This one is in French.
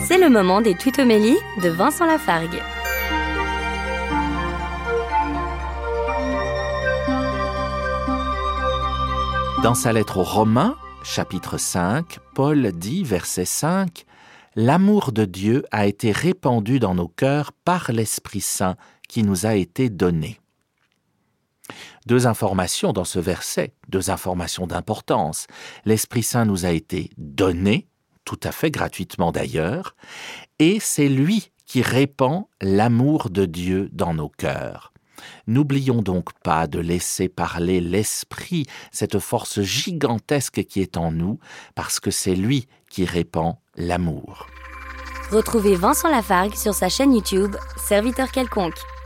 C'est le moment des tutomélies de Vincent Lafargue. Dans sa lettre aux Romains, chapitre 5, Paul dit, verset 5, « L'amour de Dieu a été répandu dans nos cœurs par l'Esprit Saint qui nous a été donné. » Deux informations dans ce verset, deux informations d'importance. L'Esprit Saint nous a été donné, tout à fait gratuitement d'ailleurs, et c'est lui qui répand l'amour de Dieu dans nos cœurs. N'oublions donc pas de laisser parler l'Esprit, cette force gigantesque qui est en nous, parce que c'est lui qui répand l'amour. Retrouvez Vincent Lafargue sur sa chaîne YouTube, Serviteur quelconque.